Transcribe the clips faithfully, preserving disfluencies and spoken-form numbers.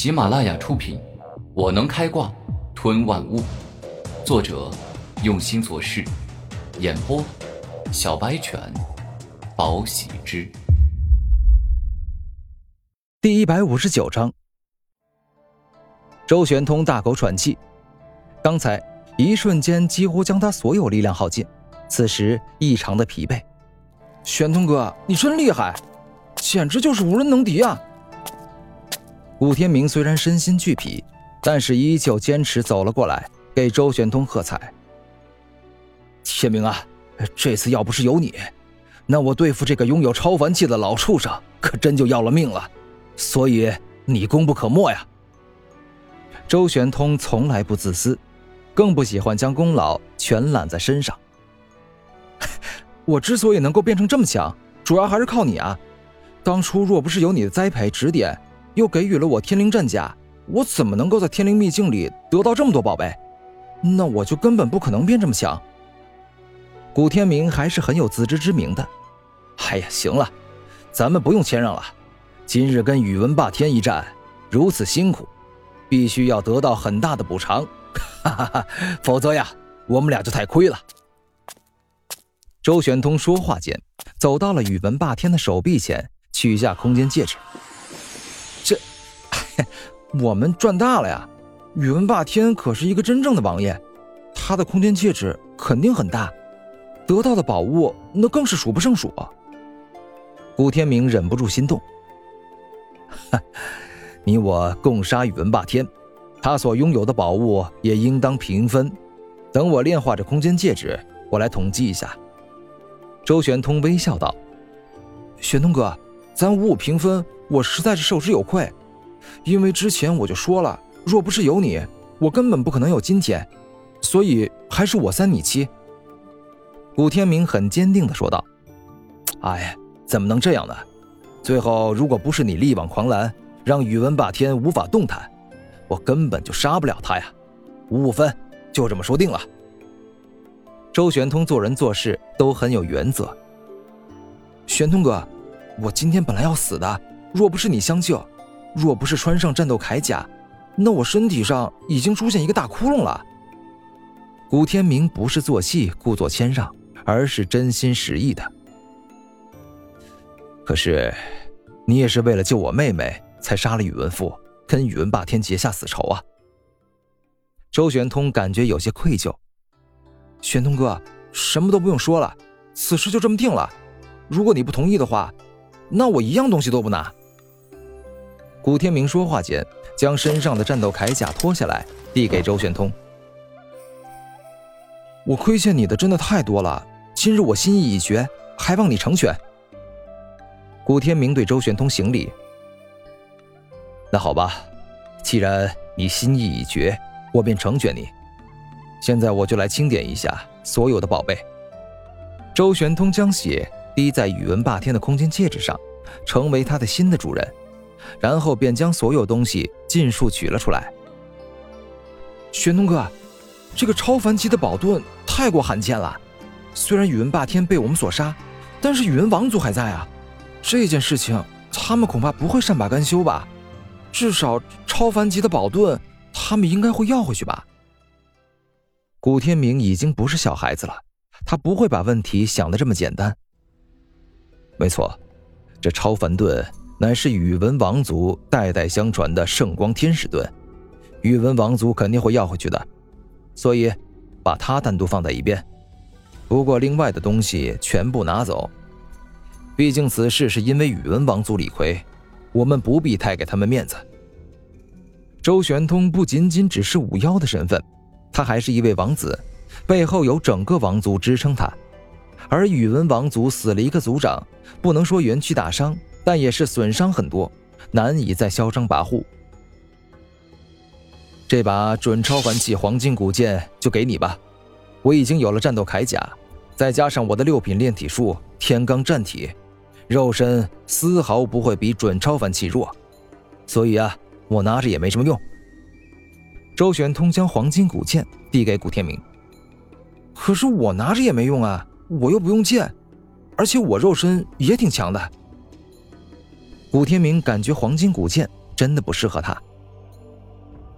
喜马拉雅出品，我能开挂吞万物。作者用心做事，演播小白犬，宝喜之。 第一百五十九章，周玄通大口喘气，刚才一瞬间几乎将他所有力量耗尽，此时异常的疲惫。 玄通哥，你真厉害，简直就是无人能敌啊！ 古天明虽然身心俱疲，但是依旧坚持走了过来，给周玄通喝彩。 天明啊，这次要不是有你，那我对付这个拥有超凡气的老畜生可真就要了命了，所以你功不可没呀。 周玄通从来不自私，更不喜欢将功劳全揽在身上。 我之所以能够变成这么强，主要还是靠你啊！当初若不是有你的栽培指点，又给予了我天灵战甲，我怎么能够在天灵秘境里得到这么多宝贝？那我就根本不可能变这么强。 古天明还是很有自知之明的。 哎呀，行了，咱们不用谦让了。今日跟宇文霸天一战，如此辛苦，必须要得到很大的补偿，哈哈哈，否则呀，我们俩就太亏了。 周玄通说话间，走到了宇文霸天的手臂前，取下空间戒指。 这，我们赚大了呀！宇文霸天可是一个真正的王爷，他的空间戒指肯定很大，得到的宝物那更是数不胜数。 古天明忍不住心动。 你我共杀宇文霸天，他所拥有的宝物也应当平分。等我炼化这空间戒指，我来统计一下。 周玄通微笑道： 玄通哥，咱五五平分，我实在是受之有愧。因为之前我就说了，若不是有你，我根本不可能有今天，所以还是我三你七。 古天明很坚定地说道： 哎，怎么能这样呢？最后如果不是你力挽狂澜，让宇文霸天无法动弹，我根本就杀不了他呀。五五分，就这么说定了。 周玄通做人做事都很有原则。 玄通哥，我今天本来要死的，若不是你相救，若不是穿上战斗铠甲，那我身体上已经出现一个大窟窿了。 古天明不是做戏故作谦让，而是真心实意的。 可是你也是为了救我妹妹才杀了宇文父，跟宇文霸天结下死仇啊。 周玄通感觉有些愧疚。 玄通哥，什么都不用说了，此事就这么定了。如果你不同意的话，那我一样东西都不拿。 古天明说话间，将身上的战斗铠甲脱下来，递给周玄通。 我亏欠你的真的太多了，今日我心意已决，还望你成全。 古天明对周玄通行礼。 那好吧，既然你心意已决，我便成全你。现在我就来清点一下所有的宝贝。 周玄通将血滴在宇文霸天的空间戒指上，成为他的新的主人，然后便将所有东西尽数取了出来。 玄通哥，这个超凡级的宝盾太过罕见了，虽然宇文霸天被我们所杀，但是宇文王族还在啊，这件事情他们恐怕不会善罢甘休吧，至少超凡级的宝盾他们应该会要回去吧。 古天明已经不是小孩子了，他不会把问题想得这么简单。 没错，这超凡盾乃是宇文王族代代相传的圣光天使盾，宇文王族肯定会要回去的，所以把它单独放在一边。不过另外的东西全部拿走，毕竟此事是因为宇文王族理亏，我们不必太给他们面子。 周玄通不仅仅只是五妖的身份，他还是一位王子，背后有整个王族支撑他。而宇文王族死了一个族长，不能说元气大伤，但也是损伤很多，难以再嚣张跋扈。 这把准超凡气黄金古剑就给你吧，我已经有了战斗铠甲，再加上我的六品炼体术天罡战体，肉身丝毫不会比准超凡气弱，所以啊，我拿着也没什么用。 周玄通将黄金古剑递给古天明。 可是我拿着也没用啊，我又不用剑，而且我肉身也挺强的。 古天明感觉黄金古剑真的不适合他，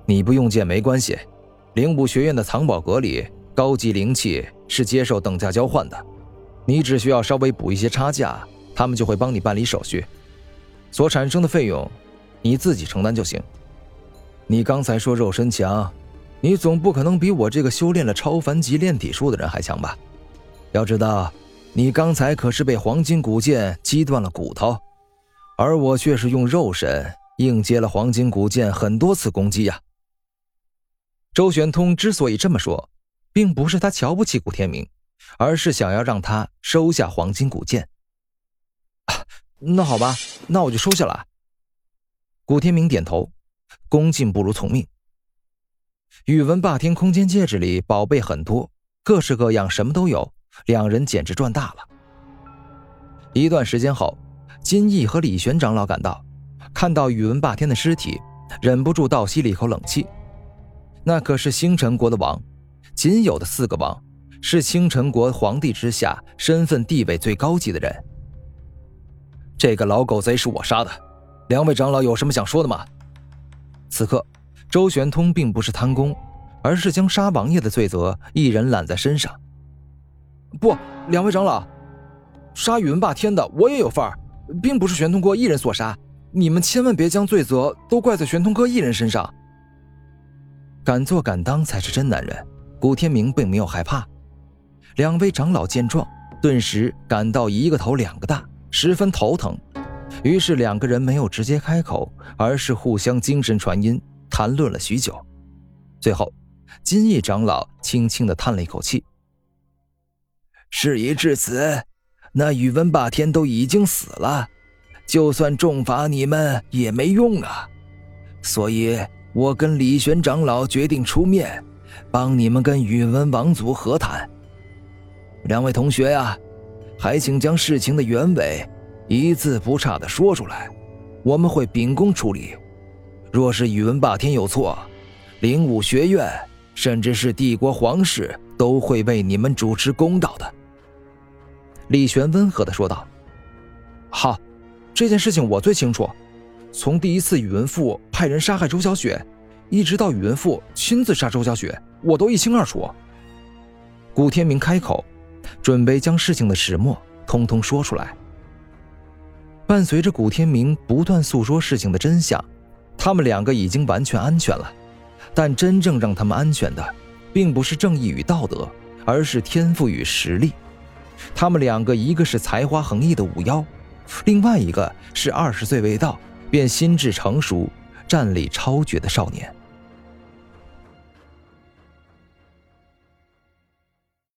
你不用见没关系，灵武学院的藏宝阁里高级灵气是接受等价交换的，你只需要稍微补一些差价，他们就会帮你办理手续，所产生的费用你自己承担就行。你刚才说肉身强，你总不可能比我这个修炼了超凡级炼体术的人还强吧？要知道，你刚才可是被黄金古剑击断了骨头，而我却是用肉身应接了黄金古剑很多次攻击呀。 周玄通之所以这么说，并不是他瞧不起古天明，而是想要让他收下黄金古剑。啊，那好吧，那我就收下了。古天明点头，恭敬不如从命。宇文霸天空间戒指里宝贝很多，各式各样，什么都有，两人简直赚大了。一段时间后，金毅和李玄长老赶到，看到宇文霸天的尸体，忍不住倒吸了一口冷气。那可是星辰国的王，仅有的四个王，是星辰国皇帝之下身份地位最高级的人。 这个老狗贼是我杀的，两位长老有什么想说的吗？ 此刻周玄通并不是贪功，而是将杀王爷的罪责一人揽在身上。不，两位长老，杀宇文霸天的我也有份儿，并不是玄通哥一人所杀，你们千万别将罪责都怪在玄通哥一人身上。敢做敢当才是真男人，古天明并没有害怕。两位长老见状，顿时感到一个头两个大，十分头疼。于是两个人没有直接开口，而是互相精神传音，谈论了许久。最后，金翼长老轻轻地叹了一口气： 事已至此，那宇文霸天都已经死了，就算重罚你们也没用啊。所以我跟李玄长老决定出面，帮你们跟宇文王族和谈。两位同学呀，还请将事情的原委一字不差地说出来，我们会秉公处理。若是宇文霸天有错，灵武学院甚至是帝国皇室都会为你们主持公道的。 李玄温和地说道：好，这件事情我最清楚，从第一次宇文父派人杀害周小雪，一直到宇文父亲自杀周小雪，我都一清二楚。古天明开口，准备将事情的始末通通说出来。伴随着古天明不断诉说事情的真相，他们两个已经完全安全了。但真正让他们安全的，并不是正义与道德，而是天赋与实力。他们两个，一个是才华横溢的武妖，另外一个是二十岁未到便心智成熟、战力超绝的少年。